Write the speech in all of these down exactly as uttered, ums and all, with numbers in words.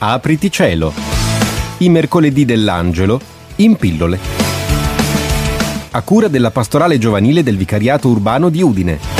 Apriti cielo. I mercoledì dell'Angelo in pillole. A cura della pastorale giovanile del Vicariato Urbano di Udine.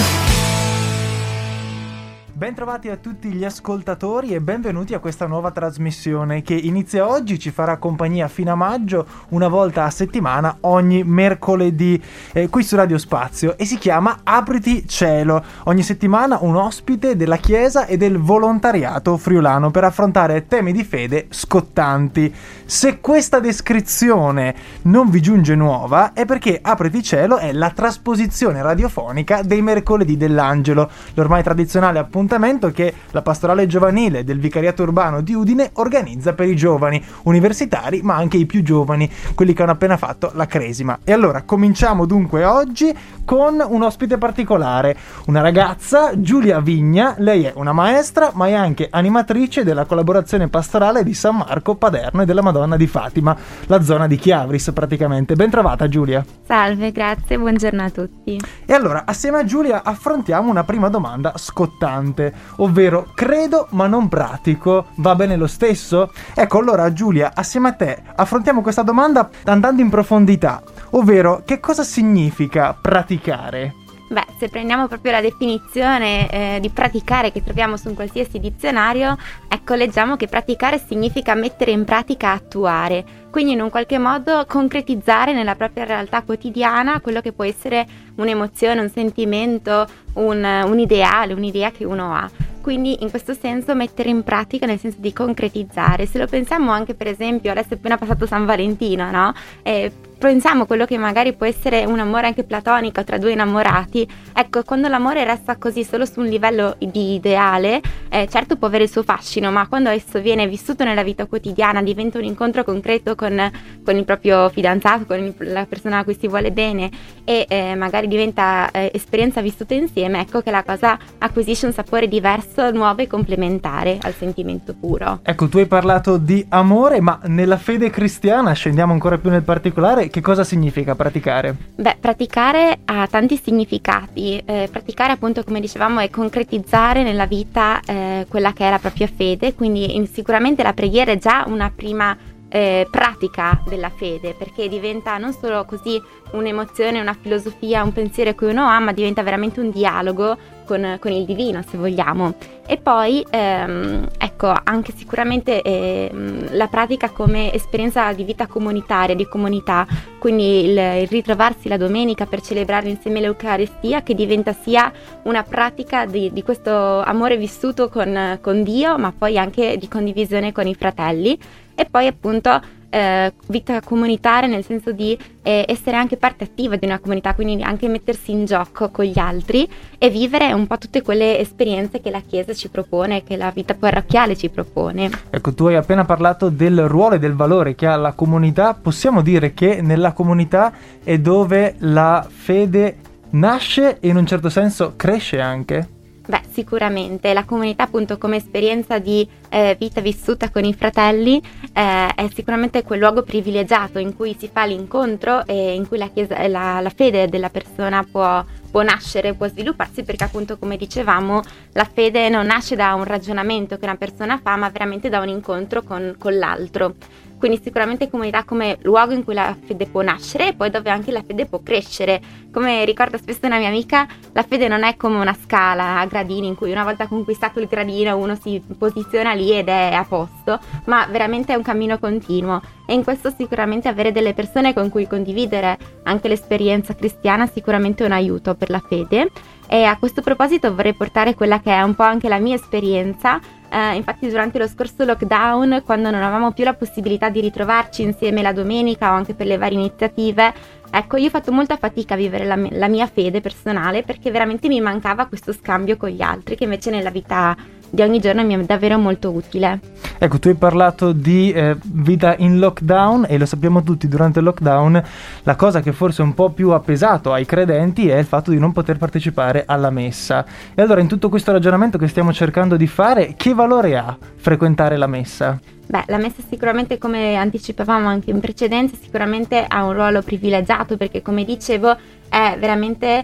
Bentrovati a tutti gli ascoltatori e benvenuti a questa nuova trasmissione che inizia oggi, ci farà compagnia fino a maggio, una volta a settimana, ogni mercoledì, eh, qui su Radio Spazio, e si chiama Apriti Cielo. Ogni settimana un ospite della Chiesa e del volontariato friulano per affrontare temi di fede scottanti. Se questa descrizione non vi giunge nuova è perché Apriti Cielo è la trasposizione radiofonica dei mercoledì dell'Angelo, l'ormai tradizionale appuntamento che la pastorale giovanile del Vicariato Urbano di Udine organizza per i giovani universitari, ma anche i più giovani, quelli che hanno appena fatto la cresima. E allora cominciamo dunque oggi con un ospite particolare, una ragazza, Giulia Vigna. Lei è una maestra, ma è anche animatrice della collaborazione pastorale di San Marco, Paderno e della Madonna di Fatima, la zona di Chiavris praticamente. Ben trovata, Giulia. Salve, grazie, buongiorno a tutti. E allora, assieme a Giulia affrontiamo una prima domanda scottante, ovvero credo ma non pratico, va bene lo stesso? Ecco, allora Giulia, assieme a te affrontiamo questa domanda andando in profondità, ovvero che cosa significa praticare? Beh, se prendiamo proprio la definizione eh, di praticare che troviamo su un qualsiasi dizionario, ecco, leggiamo che praticare significa mettere in pratica, attuare, quindi in un qualche modo concretizzare nella propria realtà quotidiana quello che può essere un'emozione, un sentimento, un, un ideale, un'idea che uno ha. Quindi in questo senso mettere in pratica nel senso di concretizzare. Se lo pensiamo anche, per esempio, adesso è appena passato San Valentino, no? E pensiamo a quello che magari può essere un amore anche platonico tra due innamorati. Ecco, quando l'amore resta così solo su un livello di ideale, eh, certo può avere il suo fascino, ma quando esso viene vissuto nella vita quotidiana, diventa un incontro concreto con, con il proprio fidanzato, con il, la persona a cui si vuole bene, e eh, magari diventa eh, esperienza vissuta insieme, ecco che la cosa acquisisce un sapore diverso, nuovo e complementare al sentimento puro. Ecco, tu hai parlato di amore, ma nella fede cristiana, scendiamo ancora più nel particolare, che cosa significa praticare? Beh, praticare ha tanti significati. Eh, praticare, appunto, come dicevamo, è concretizzare nella vita eh, quella che è la propria fede, quindi in, sicuramente la preghiera è già una prima Eh, pratica della fede, perché diventa non solo così un'emozione, una filosofia, un pensiero che uno ha, ma diventa veramente un dialogo con, con il divino, se vogliamo. E poi ehm, ecco, anche sicuramente ehm, la pratica come esperienza di vita comunitaria, di comunità, quindi il, il ritrovarsi la domenica per celebrare insieme l'Eucaristia, che diventa sia una pratica di, di questo amore vissuto con, con Dio, ma poi anche di condivisione con i fratelli. E poi appunto eh, vita comunitaria nel senso di eh, essere anche parte attiva di una comunità, quindi anche mettersi in gioco con gli altri e vivere un po' tutte quelle esperienze che la Chiesa ci propone, che la vita parrocchiale ci propone. Ecco, tu hai appena parlato del ruolo e del valore che ha la comunità. Possiamo dire che nella comunità è dove la fede nasce e in un certo senso cresce anche? Beh, sicuramente la comunità, appunto, come esperienza di eh, vita vissuta con i fratelli eh, è sicuramente quel luogo privilegiato in cui si fa l'incontro e in cui la, chiesa, la, la fede della persona può, può nascere, può svilupparsi, perché appunto, come dicevamo, la fede non nasce da un ragionamento che una persona fa, ma veramente da un incontro con, con l'altro. Quindi sicuramente comunità come luogo in cui la fede può nascere e poi dove anche la fede può crescere. Come ricorda spesso una mia amica, la fede non è come una scala a gradini in cui una volta conquistato il gradino uno si posiziona lì ed è a posto, ma veramente è un cammino continuo. E in questo sicuramente avere delle persone con cui condividere anche l'esperienza cristiana sicuramente è un aiuto per la fede. E a questo proposito vorrei portare quella che è un po' anche la mia esperienza. Eh, infatti durante lo scorso lockdown, quando non avevamo più la possibilità di ritrovarci insieme la domenica o anche per le varie iniziative, ecco, io ho fatto molta fatica a vivere la, la mia fede personale, perché veramente mi mancava questo scambio con gli altri, che invece nella vita di ogni giorno mi è davvero molto utile. Ecco, tu hai parlato di eh, vita in lockdown, e lo sappiamo tutti, durante il lockdown la cosa che forse un po' più ha pesato ai credenti è il fatto di non poter partecipare alla messa. E allora, in tutto questo ragionamento che stiamo cercando di fare, che valore ha frequentare la messa? Beh, la messa sicuramente, come anticipavamo anche in precedenza, sicuramente ha un ruolo privilegiato, perché come dicevo è veramente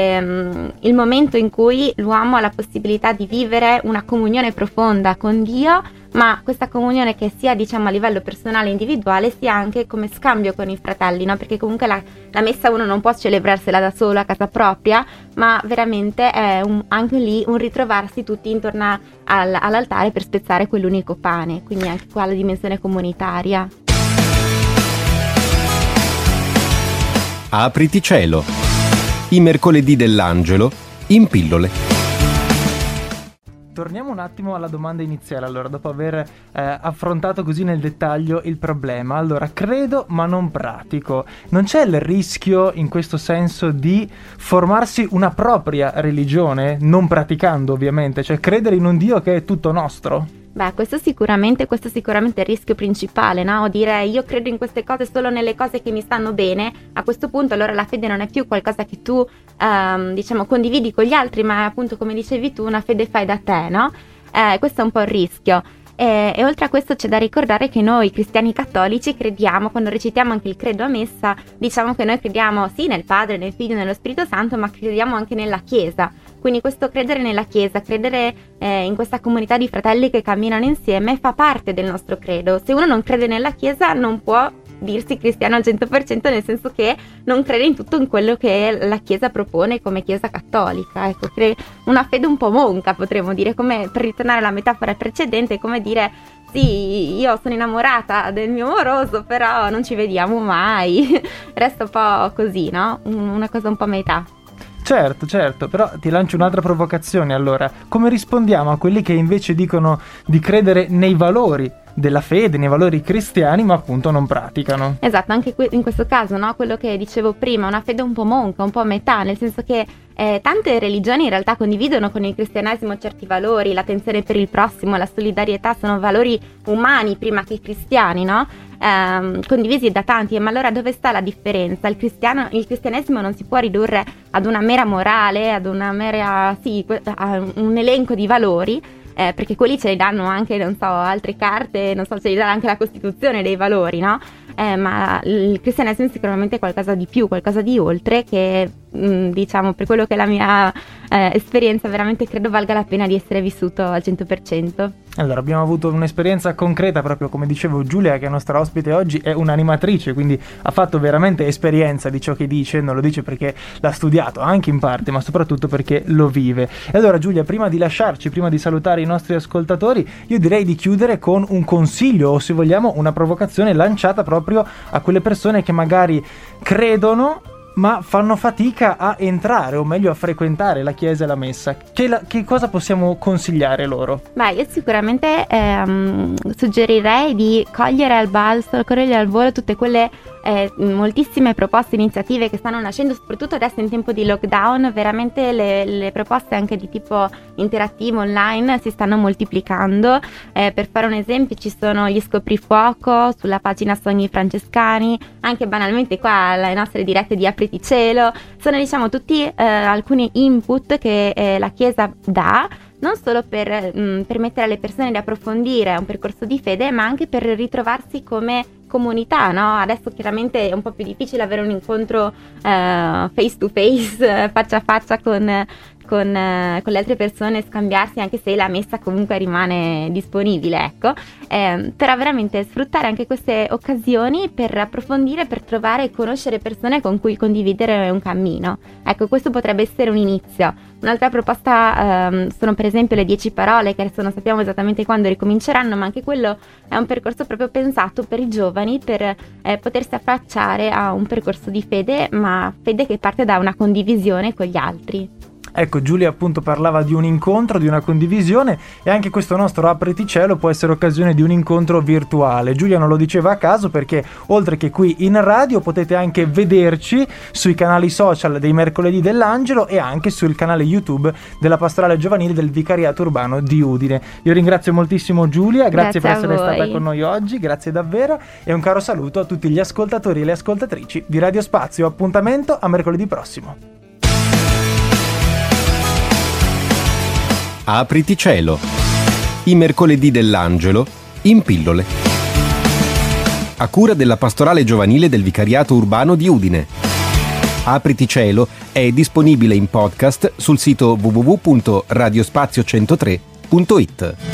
ehm, il momento in cui l'uomo ha la possibilità di vivere una comunione profonda con Dio, ma questa comunione che sia diciamo a livello personale e individuale sia anche come scambio con i fratelli, no? Perché comunque la, la messa uno non può celebrarsela da solo a casa propria, ma veramente è un, anche lì un ritrovarsi tutti intorno al, all'altare per spezzare quell'unico pane, quindi anche qua la dimensione comunitaria. Apriti cielo. I mercoledì dell'angelo in pillole. Torniamo un attimo alla domanda iniziale, allora, dopo aver eh, affrontato così nel dettaglio il problema. Allora, credo ma non pratico. Non c'è il rischio in questo senso di formarsi una propria religione, non praticando ovviamente, cioè credere in un Dio che è tutto nostro? Beh, questo sicuramente, questo sicuramente è il rischio principale, no? Dire io credo in queste cose solo nelle cose che mi stanno bene. A questo punto allora la fede non è più qualcosa che tu ehm, diciamo condividi con gli altri, ma è appunto, come dicevi tu, una fede fai da te, no? Eh, questo è un po' il rischio. E, e oltre a questo c'è da ricordare che noi cristiani cattolici crediamo, quando recitiamo anche il credo a messa, diciamo che noi crediamo sì nel Padre, nel Figlio, nello Spirito Santo, ma crediamo anche nella Chiesa. Quindi questo credere nella Chiesa, credere eh, in questa comunità di fratelli che camminano insieme fa parte del nostro credo. Se uno non crede nella Chiesa non può dirsi cristiano al cento per cento, nel senso che non crede in tutto in quello che la Chiesa propone come Chiesa cattolica. Ecco, cre- una fede un po' monca, potremmo dire, come per ritornare alla metafora precedente, come dire sì, io sono innamorata del mio moroso, però non ci vediamo mai. Resta un po' così, no? Una cosa un po' a metà. Certo, certo, però ti lancio un'altra provocazione allora. Come rispondiamo a quelli che invece dicono di credere nei valori della fede, nei valori cristiani, ma appunto non praticano? Esatto, anche in questo caso, no? Quello che dicevo prima, una fede un po' monca, un po' a metà, nel senso che eh, tante religioni in realtà condividono con il cristianesimo certi valori, l'attenzione per il prossimo, la solidarietà, sono valori umani prima che cristiani, no? Eh, condivisi da tanti, ma allora dove sta la differenza? Il, cristiano, il cristianesimo non si può ridurre ad una mera morale, ad una mera, sì, a un elenco di valori, eh, perché quelli ce li danno anche, non so, altre carte, non so, ce li dà anche la Costituzione dei valori, no? Eh, ma il cristianesimo è sicuramente qualcosa di più, qualcosa di oltre, che mh, diciamo, per quello che è la mia eh, esperienza, veramente credo valga la pena di essere vissuto al cento per cento. Allora, abbiamo avuto un'esperienza concreta, proprio come dicevo. Giulia, che è nostra ospite oggi, è un'animatrice, quindi ha fatto veramente esperienza di ciò che dice. Non lo dice perché l'ha studiato, anche in parte, ma soprattutto perché lo vive. E allora, Giulia, prima di lasciarci, prima di salutare i nostri ascoltatori, io direi di chiudere con un consiglio, o se vogliamo una provocazione lanciata proprio a quelle persone che magari credono ma fanno fatica a entrare, o meglio a frequentare la chiesa e la messa. Che, la, che cosa possiamo consigliare loro? Beh, io sicuramente ehm, suggerirei di cogliere al balzo, cogliere al volo tutte quelle eh, moltissime proposte, iniziative che stanno nascendo, soprattutto adesso in tempo di lockdown. Veramente le, le proposte anche di tipo interattivo online si stanno moltiplicando. Eh, per fare un esempio, ci sono gli scoprifuoco sulla pagina Sogni Francescani, anche banalmente qua le nostre dirette di Apriti Cielo. Sono, diciamo, tutti eh, alcuni input che eh, la Chiesa dà, non solo per mh, permettere alle persone di approfondire un percorso di fede, ma anche per ritrovarsi come comunità, no? Adesso chiaramente è un po' più difficile avere un incontro uh, face to face, faccia a faccia con, con, uh, con le altre persone, scambiarsi, anche se la messa comunque rimane disponibile, ecco. Eh, però veramente sfruttare anche queste occasioni per approfondire, per trovare e conoscere persone con cui condividere un cammino. Ecco, questo potrebbe essere un inizio. Un'altra proposta um, sono per esempio le dieci parole, che adesso non sappiamo esattamente quando ricominceranno, ma anche quello è un percorso proprio pensato per i giovani, per eh, potersi affacciare a un percorso di fede, ma fede che parte da una condivisione con gli altri. Ecco, Giulia appunto parlava di un incontro, di una condivisione, e anche questo nostro Apriti Cielo può essere occasione di un incontro virtuale. Giulia non lo diceva a caso, perché oltre che qui in radio potete anche vederci sui canali social dei Mercoledì dell'Angelo e anche sul canale YouTube della Pastorale Giovanile del Vicariato Urbano di Udine. Io ringrazio moltissimo Giulia, grazie, grazie per essere voi. Stata con noi oggi, grazie davvero, e un caro saluto a tutti gli ascoltatori e le ascoltatrici di Radio Spazio. Appuntamento a mercoledì prossimo. Apriti Cielo. I Mercoledì dell'Angelo in pillole. A cura della Pastorale Giovanile del Vicariato Urbano di Udine. Apriti Cielo è disponibile in podcast sul sito w w w punto radiospazio centotré punto it.